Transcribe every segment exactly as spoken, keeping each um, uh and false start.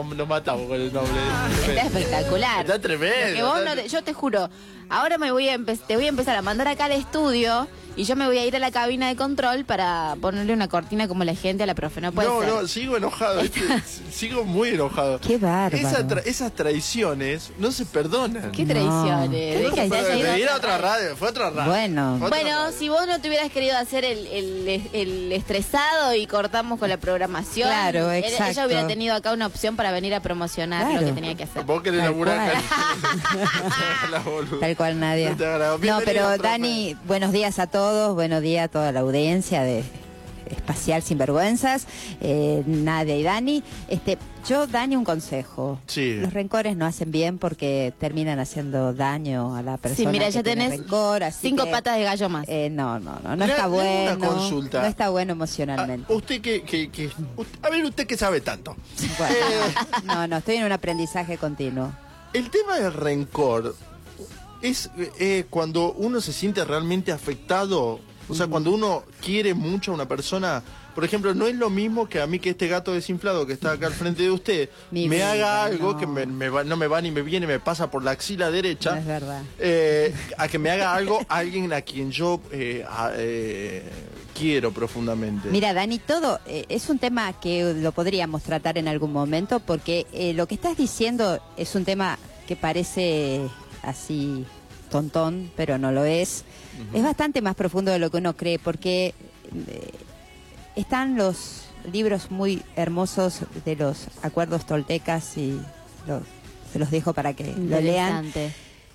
Nos matamos con el nombre. Está espectacular. Está tremendo. Que vos está... no te, yo te juro, ahora me voy a te voy a empezar a mandar acá al estudio y yo me voy a ir a la cabina de control para ponerle una cortina como la gente a la profe. No puede No, ser. no, sigo enojado. ¿viste? Sigo muy enojado. Qué bárbaro. Esa tra esas traiciones no se perdonan. ¿Qué traiciones? No. ¿Qué Pero ir a otra radio, fue otra radio. Bueno. Fue otra Bueno, radio. si vos no te hubieras querido hacer el, el, el estresado y cortamos con la programación, Claro, él- exacto. ella hubiera tenido acá una opción para venir a promocionar Claro. lo que tenía que hacer. Vos querés Tal laburar cual. acá. Tal cual, Nadia. No te agrado. No, Bienvenida, pero profe. Dani, buenos días a todos, buenos días a toda la audiencia de Espacial Sinvergüenzas, eh, Nadia y Dani. Este, yo, Dani, un consejo. Sí. Los rencores no hacen bien porque terminan haciendo daño a la persona. Sí, mira, que ya tiene tenés rencor, así cinco que, patas de gallo más. eh, no, no, no, no Le- está le hago una bueno. consulta. No está bueno Ah, emocionalmente. usted que, que, que- usted- a ver, usted que sabe tanto. Bueno, Eh, no, no, estoy en un aprendizaje continuo. el tema del rencor es eh, cuando uno se siente realmente afectado. O sea, cuando uno quiere mucho a una persona, por ejemplo, no es lo mismo que a mí que este gato desinflado que está acá al frente de usted Mi me vida, haga algo no. que me, me va- no me va ni me viene, me pasa por la axila derecha. No es verdad. eh, a que me haga algo alguien a quien yo eh, a- eh, quiero profundamente. Mira, Dani, todo eh, es un tema que lo podríamos tratar en algún momento porque eh, lo que estás diciendo es un tema que parece así tontón, pero no lo es. Uh-huh. Es bastante más profundo de lo que uno cree porque eh, están los libros muy hermosos de los acuerdos toltecas y lo, se los dejo para que lo lean. Interesante.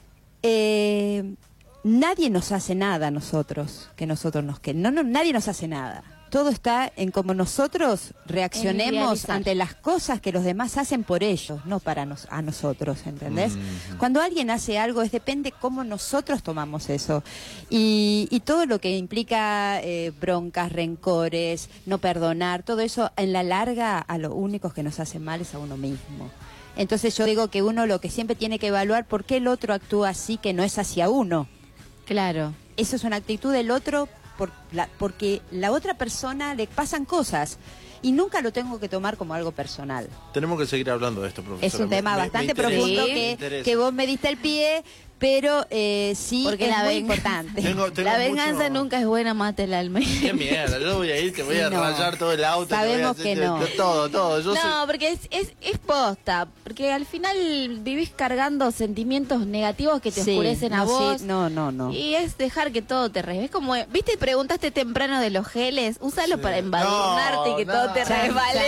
Eh, nadie nos hace nada a nosotros, que nosotros nos que no, no, nadie nos hace nada. Todo está en cómo nosotros reaccionemos ante las cosas que los demás hacen por ellos, no para nos, a nosotros, ¿entendés? Mm-hmm. Cuando alguien hace algo, es depende cómo nosotros tomamos eso. Y, y todo lo que implica eh, broncas, rencores, no perdonar, todo eso en la larga a lo único que nos hace mal es a uno mismo. Entonces yo digo que uno lo que siempre tiene que evaluar por qué el otro actúa así que no es hacia uno. Claro. Eso es una actitud del otro por la, porque la otra persona le pasan cosas y nunca lo tengo que tomar como algo personal. Tenemos que seguir hablando de esto, profesora. Es un tema me, bastante me profundo Sí, que, que vos me diste el pie, pero eh, sí Porque es la muy ven- importante. Tengo- tengo La venganza mucho- nunca es buena, mata el alma. Qué mierda, yo voy a ir, te voy a No. rayar todo el auto. te voy a Sabemos hacer- que te- no. te- Todo, todo. Yo sé- No, porque es, es, es posta. Porque al final vivís cargando sentimientos negativos que te Sí, oscurecen a no, vos. sí, no, no, no. Y es dejar que todo te resbale. Es como, ¿viste? Preguntaste temprano de los geles. Úsalo Sí. para embadurnarte No, y que no. todo te Chan, resbale.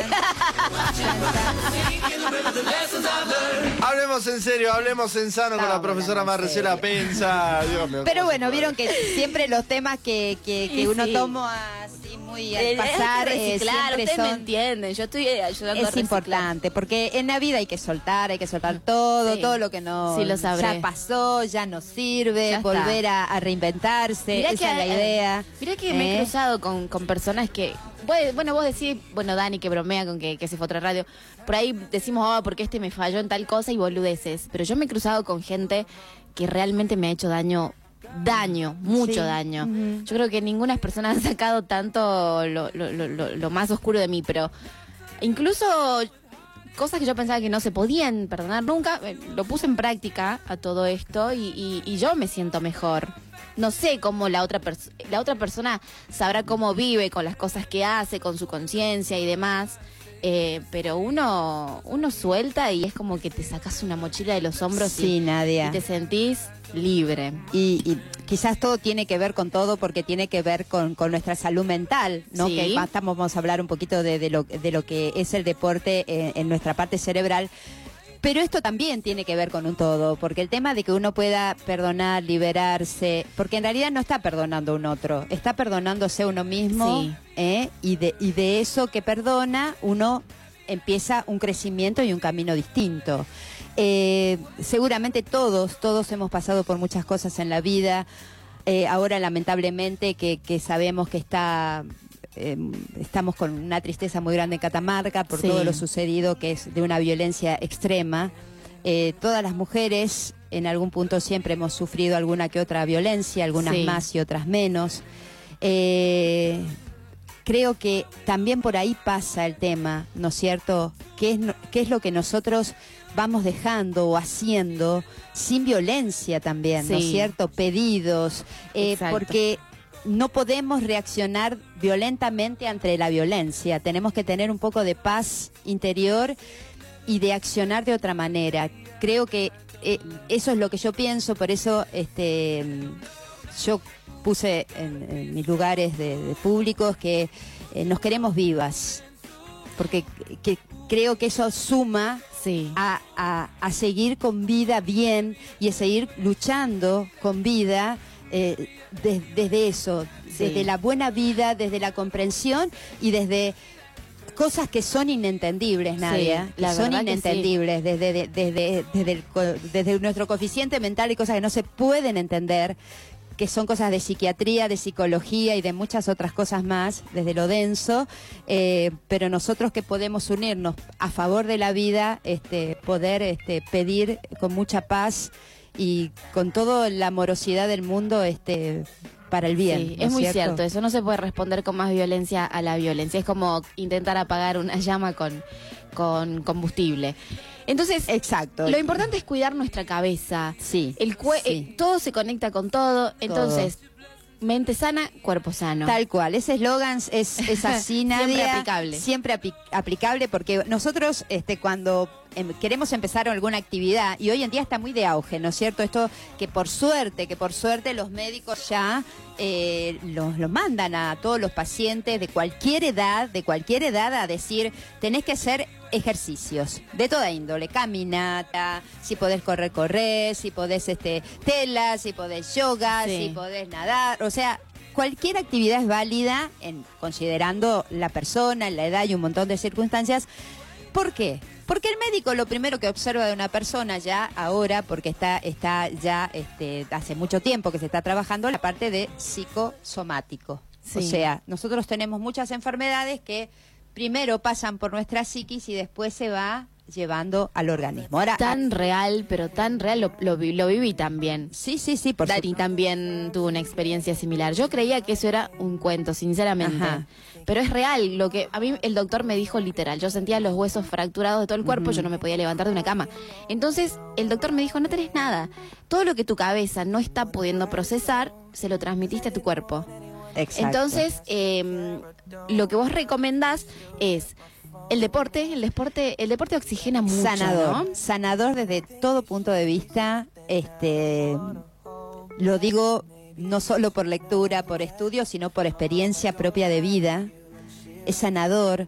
Hablemos en serio, hablemos en sano con la Estamos profesora hablando en Marcela serio. Pensa. Dios mío, Pero ¿cómo bueno, se vieron puede? que siempre los temas que, que, que Y uno sí. toma así muy al Hay que pasar eh, reciclar, siempre ustedes me son... entienden. Yo estoy eh, ayudando a Es reciclar. importante, porque en la vida hay que soltar, hay que soltar todo, Sí. todo lo que no Sí, lo sabré. ya pasó, ya no sirve, Ya está. volver a, a reinventarse, Mirá esa que, es la eh, idea. Mirá que me he ¿eh? cruzado con, con personas que... Bueno, bueno, vos decís, bueno, Dani, que bromea con que, que se fue a otra radio. Por ahí decimos, oh, porque este me falló en tal cosa y boludeces. Pero yo me he cruzado con gente que realmente me ha hecho daño, daño, mucho Sí. daño. Ujú. Yo creo que ninguna persona ha sacado tanto lo, lo, lo, lo- lo más oscuro de mí, pero incluso cosas que yo pensaba que no se podían perdonar nunca, eh, lo puse en práctica a todo esto y, y, y yo me siento mejor. No sé cómo la otra, pers- la otra persona sabrá cómo vive con las cosas que hace, con su conciencia y demás. Eh, pero uno uno suelta y es como que te sacas una mochila de los hombros Sí, y, Nadia. y te sentís libre. Y, y quizás todo tiene que ver con todo porque tiene que ver con, con nuestra salud mental, ¿no? Sí. Que estamos, vamos a hablar un poquito de, de, lo, de lo que es el deporte en, en nuestra parte cerebral. Pero esto también tiene que ver con un todo, porque el tema de que uno pueda perdonar, liberarse, porque en realidad no está perdonando a un otro, está perdonándose a uno mismo, Sí. ¿eh? y, de, y de eso que perdona uno empieza un crecimiento y un camino distinto. Eh, seguramente todos, todos hemos pasado por muchas cosas en la vida, eh, ahora lamentablemente que, que sabemos que está... Eh, estamos con una tristeza muy grande en Catamarca por Sí. todo lo sucedido, que es de una violencia extrema. Eh, todas las mujeres en algún punto siempre hemos sufrido alguna que otra violencia, algunas Sí. más y otras menos. Eh, creo que también por ahí pasa el tema, ¿no es cierto? ¿Qué es, qué es lo que nosotros vamos dejando o haciendo sin violencia también, sí. ¿no es cierto? Pedidos, eh, porque no podemos reaccionar violentamente ante la violencia. Tenemos que tener un poco de paz interior y de accionar de otra manera. Creo que eh, eso es lo que yo pienso, por eso este, yo puse en, en mis lugares de, de públicos que eh, nos queremos vivas, porque que, creo que eso suma sí. a, a, a seguir con vida bien y a seguir luchando con vida eh, de, desde eso, sí. desde la buena vida, desde la comprensión y desde cosas que son inentendibles, Nadia, sí, que son inentendibles, sí. desde, de, desde, desde, el, desde nuestro coeficiente mental y cosas que no se pueden entender, que son cosas de psiquiatría, de psicología y de muchas otras cosas más, desde lo denso, eh, pero nosotros que podemos unirnos a favor de la vida, este, poder este, pedir con mucha paz y con toda la amorosidad del mundo, este, para el bien. Sí, ¿no es muy cierto? cierto, eso no se puede responder con más violencia a la violencia, es como intentar apagar una llama con, con combustible. Entonces, exacto. Lo importante es cuidar nuestra cabeza. Sí. El cue sí. eh, todo se conecta con todo. Entonces, todo. Mente sana, cuerpo sano. Tal cual. Ese eslogan es, es así, Nadia. Siempre aplicable. Siempre apli aplicable porque nosotros este, cuando em, queremos empezar alguna actividad, y hoy en día está muy de auge, ¿no es cierto? Esto que por suerte, que por suerte los médicos ya eh, los, los mandan a todos los pacientes de cualquier edad, de cualquier edad a decir, tenés que hacer ejercicios de toda índole, caminata, si podés correr, correr, si podés este, tela, si podés yoga, sí. si podés nadar, o sea, cualquier actividad es válida en, considerando la persona, la edad y un montón de circunstancias. ¿Por qué? Porque el médico lo primero que observa de una persona ya ahora, porque está, está ya este, hace mucho tiempo que se está trabajando la parte de psicosomático. Sí. O sea, nosotros tenemos muchas enfermedades que primero pasan por nuestra psiquis y después se va llevando al organismo. Ahora, tan a... real, pero tan real, lo, lo, lo viví también. Sí, sí, sí. Por Dani su... también tuvo una experiencia similar. Yo creía que eso era un cuento, sinceramente. Ajá. Pero es real, lo que a mí el doctor me dijo literal. Yo sentía los huesos fracturados de todo el cuerpo, uh-huh. yo no me podía levantar de una cama. Entonces, el doctor me dijo, no tenés nada. Todo lo que tu cabeza no está pudiendo procesar, se lo transmitiste a tu cuerpo. Exacto. Entonces, eh, lo que vos recomendás es el deporte, el deporte, el deporte oxigena mucho, sanador, ¿no? Sanador desde todo punto de vista. Este, lo digo no solo por lectura, por estudio, sino por experiencia propia de vida. Es sanador,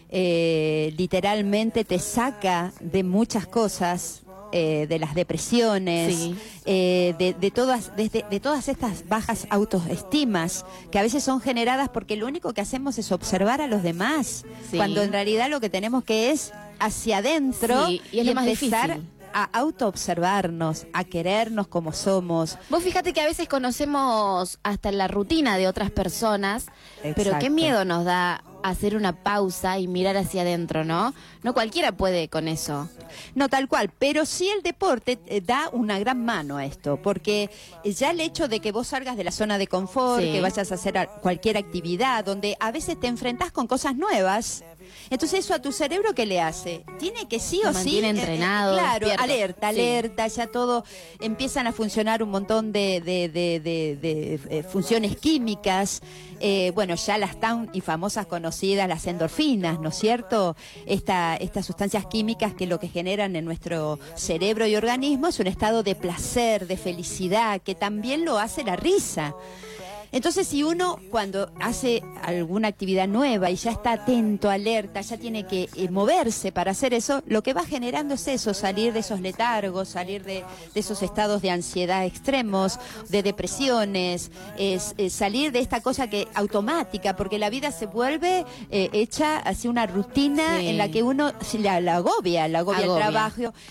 eh, literalmente te saca de muchas cosas. Eh, de las depresiones, sí. eh, de, de, todas, de, de, de todas estas bajas autoestimas que a veces son generadas porque lo único que hacemos es observar a los demás, sí. cuando en realidad lo que tenemos que es hacia adentro sí, y, es y lo empezar más difícil. A autoobservarnos, a querernos como somos. Vos fíjate que a veces conocemos hasta la rutina de otras personas, exacto. pero qué miedo nos da hacer una pausa y mirar hacia adentro, ¿no? No cualquiera puede con eso. No, tal cual, pero sí el deporte eh, da una gran mano a esto, porque ya el hecho de que vos salgas de la zona de confort, sí. que vayas a hacer cualquier actividad, donde a veces te enfrentás con cosas nuevas, entonces eso a tu cerebro, ¿qué le hace? Tiene que sí o Lo sí... mantiene entrenado, eh, claro, despierto. alerta, sí. alerta, ya todo, empiezan a funcionar un montón de, de, de, de, de, de eh, funciones químicas, eh, bueno, ya las tan y famosas conocidas, las endorfinas, ¿no es cierto? Esta, estas sustancias químicas que lo que generan en nuestro cerebro y organismo es un estado de placer, de felicidad, que también lo hace la risa. Entonces, si uno cuando hace alguna actividad nueva y ya está atento, alerta, ya tiene que eh, moverse para hacer eso, lo que va generando es eso, salir de esos letargos, salir de, de esos estados de ansiedad extremos, de depresiones, es, es salir de esta cosa que automática, porque la vida se vuelve eh, hecha hacia una rutina sí. en la que uno la, la agobia, la agobia, agobia el trabajo.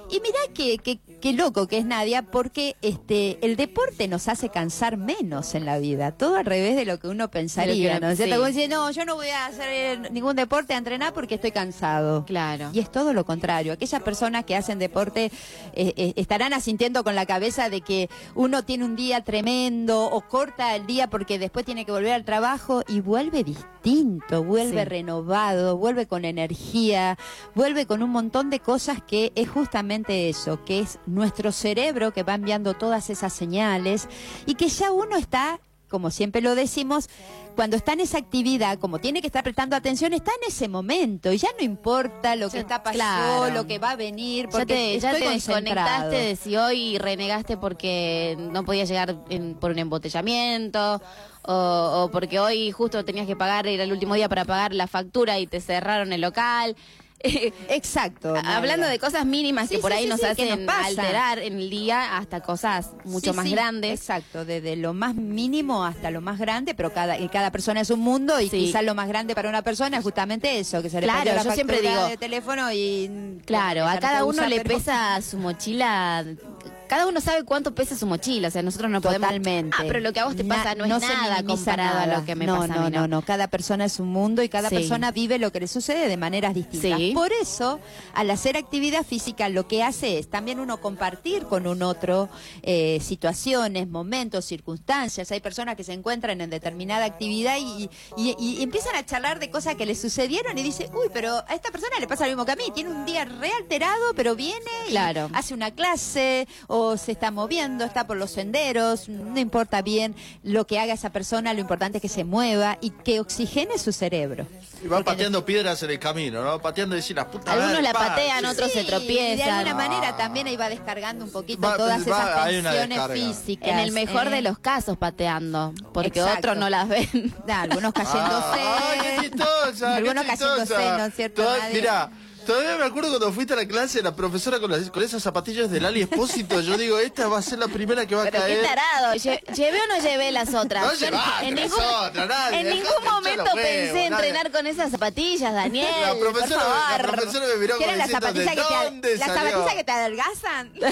Y mirá qué que, que loco que es Nadia, porque este el deporte nos hace cansar menos en la vida, todo al revés de lo que uno pensaría, ¿no? Sí. Como dice, no, yo no voy a hacer ningún deporte, a entrenar porque estoy cansado. Claro. Y es todo lo contrario. Aquellas personas que hacen deporte eh, eh, estarán asintiendo con la cabeza de que uno tiene un día tremendo o corta el día porque después tiene que volver al trabajo y vuelve distinto, vuelve sí. renovado, vuelve con energía, vuelve con un montón de cosas que es justamente eso, que es nuestro cerebro que va enviando todas esas señales y que ya uno está, como siempre lo decimos, cuando está en esa actividad, como tiene que estar prestando atención, está en ese momento y ya no importa lo que ya, está pasando, claro. lo que va a venir, porque ya te, estoy ya te desconectaste de si hoy renegaste porque no podías llegar en, por un embotellamiento o, o porque hoy justo tenías que pagar, era el último día para pagar la factura y te cerraron el local. Exacto. Hablando de cosas mínimas sí, que por sí, ahí sí, nos sí, hacen nos alterar en el día hasta cosas mucho sí, más sí, grandes. Exacto, desde lo más mínimo hasta lo más grande, pero cada y cada persona es un mundo y sí. quizás lo más grande para una persona es justamente eso, que se le claro, la yo siempre digo de teléfono y claro, bueno, a cada uno usa, le pero... pesa su mochila. Cada uno sabe cuánto pesa su mochila, o sea, nosotros no podemos... Totalmente. Ah, pero lo que a vos te pasa no, no es nada comparado nada. a lo que me no, pasa no, a mí, ¿no? No, no, cada persona es un mundo y cada sí. persona vive lo que le sucede de maneras distintas. Sí. Por eso, al hacer actividad física, lo que hace es también uno compartir con un otro eh, situaciones, momentos, circunstancias. Hay personas que se encuentran en determinada actividad y, y, y empiezan a charlar de cosas que les sucedieron y dicen, uy, pero a esta persona le pasa lo mismo que a mí, tiene un día realterado, pero viene claro. y hace una clase o se está moviendo, está por los senderos, no importa bien lo que haga esa persona, lo importante es que se mueva y que oxigene su cerebro. Y va pateando piedras en el camino, ¿no? Pateando y decir las putas. Algunos la patean, sí. otros sí, se tropiezan. Y de alguna manera también ahí va descargando un poquito va, todas va, esas tensiones físicas. En el mejor ¿eh? de los casos pateando, porque Exacto. otros no las ven. Da, algunos cayéndose. ¡Ay, qué chistosa! Algunos qué chistosa. cayéndose, ¿no es cierto? Todo, mirá, todavía me acuerdo cuando fuiste a la clase, la profesora con, las, con esas zapatillas del Ali Espósito, yo digo, esta va a ser la primera que va Pero a caer. Qué tarado, Lle ¿llevé o no llevé las otras? No llevaste en las ningún, otras, nadie. En ningún momento pensé en entrenar con esas zapatillas, Daniel. La profesora, por favor. la profesora me miró ¿Qué como eran las diciendo, zapatillas ¿de que dónde te, salió? las zapatillas que te adelgazan? ¿De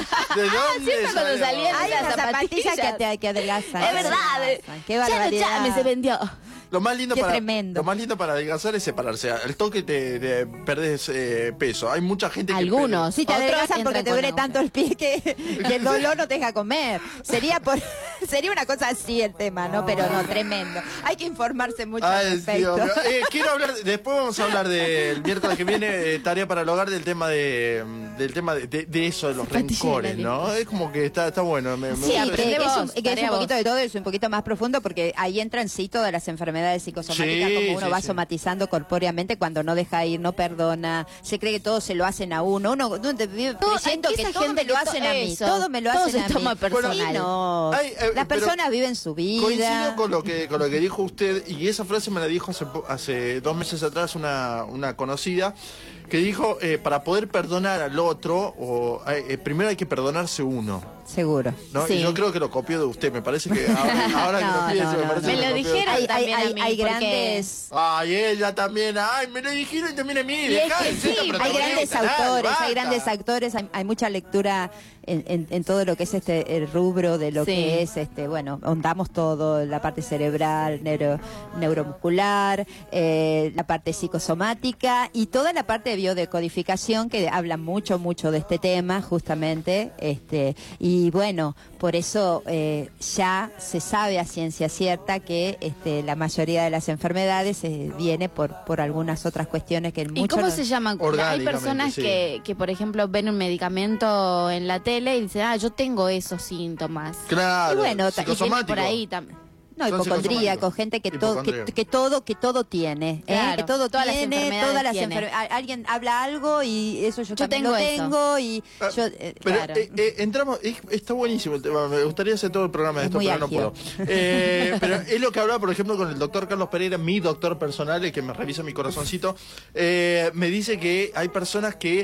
dónde Siempre cuando salió? salían Hay esas unas zapatillas zapatillas que te que adelgazan. Es verdad. Qué Ya no barbaridad. llame, se vendió. Lo más lindo Qué para tremendo. lo más lindo para adelgazar es separarse. Al toque te, te perdés eh, peso. Hay mucha gente que Algunos. Sí, te Otros adelgazan porque te entran duele con tanto el pie que, que el dolor no te deja comer. Sería por sería una cosa así el tema, ¿no? Pero no, tremendo. Hay que informarse mucho al Ay, respecto. Dios, eh, quiero hablar, después vamos a hablar del miércoles que viene, eh, tarea para el hogar, del tema de del tema de, de, de eso, de los rencores, ¿no? Es como que está, está bueno. Me, me Sí, gusta. que, que vos, es un, que es un vos. poquito de todo, es un poquito más profundo porque ahí entran sí todas las enfermedades psicosomáticas, Sí, como uno sí, va sí. somatizando corpóreamente cuando no deja ir, no perdona, se cree que todo se lo hacen a uno, uno, uno vive Todo- creyendo hay que esa todo gente me lo que to- hacen a mí, eso, todo me lo todo hacen se a mí. toma personal. Y no, Ay, eh, las pero personas viven su vida. Coincido con lo que con lo que dijo usted, y esa frase me la dijo hace, po- hace dos meses atrás una, una conocida, que dijo, eh, para poder perdonar al otro, o, eh, primero hay que perdonarse uno. Seguro. ¿No? Sí. Y yo creo que lo copió de usted, me parece que ahora, ahora que No, lo pienso, no, me no, parece Me que lo copió de dijeron usted. Hay, hay, también a hay, mí, hay porque- grandes... Ay, ella también, ay, me lo dijeron también a mí, Y es dejá que de ser sí, tan Hay protagonista, grandes dale, autores, basta. hay grandes actores, hay, hay mucha lectura en, en, en todo lo que es este el rubro de lo Sí. que es, este bueno, ondamos todo, la parte cerebral, neuro, neuromuscular, eh, la parte psicosomática y toda la parte de biodecodificación que habla mucho, mucho de este tema, justamente, este y bueno, por eso eh, ya se sabe a ciencia cierta que este, la mayoría de las enfermedades eh, viene por, por algunas otras cuestiones que ¿Y mucho cómo no- se llaman? Hay Orgánicamente, personas sí. que, que, por ejemplo, ven un medicamento en la tele y dicen, ah, yo tengo esos síntomas. Claro, Y bueno, ta- y Y viene psicosomático. por ahí también. No, Son hipocondríaco, psicosomáticos. gente que todo, que, Hipocondríaco. que todo, que todo tiene, ¿eh? Claro, que todo todas las tiene, enfermedades todas las tiene. enfermedades. Alguien habla algo y eso yo, Yo también tengo lo eso. tengo y Ah, yo, eh, Pero Claro. eh, eh, entramos, es- está buenísimo el tema, me gustaría hacer todo el programa de Es esto, muy pero no álgido. puedo. Eh, pero es lo que hablaba, por ejemplo, con el doctor Carlos Pereira, mi doctor personal, el que me revisa mi corazoncito, eh, me dice que hay personas que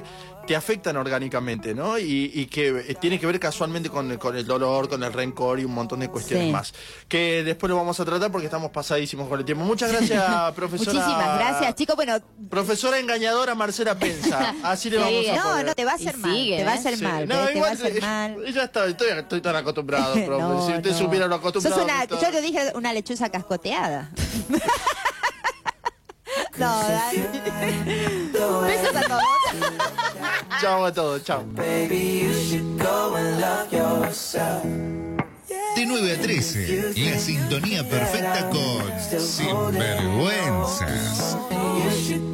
te afectan orgánicamente, ¿no? Y, y que eh, tiene que ver casualmente con, con el dolor, con el rencor y un montón de cuestiones Sí. más. Que después lo vamos a tratar porque estamos pasadísimos con el tiempo. Muchas gracias, profesora. Muchísimas gracias, chicos. Bueno, Profesora engañadora Marcela Pensa. Así le vamos a no, poner. no te va a hacer Y mal, sigue, te va a ¿eh? hacer Sí. mal, No, ¿ves? te va a igual, hacer eh, mal. Ya está, estoy, estoy tan acostumbrado, profe. No, si usted no. supiera lo acostumbrado. Sos una, que estoy. yo te dije una lechuza cascoteada. No, Dani. Besos a todos. Chao a todos, chao. De nueve a trece, la sintonía perfecta con Sinvergüenzas.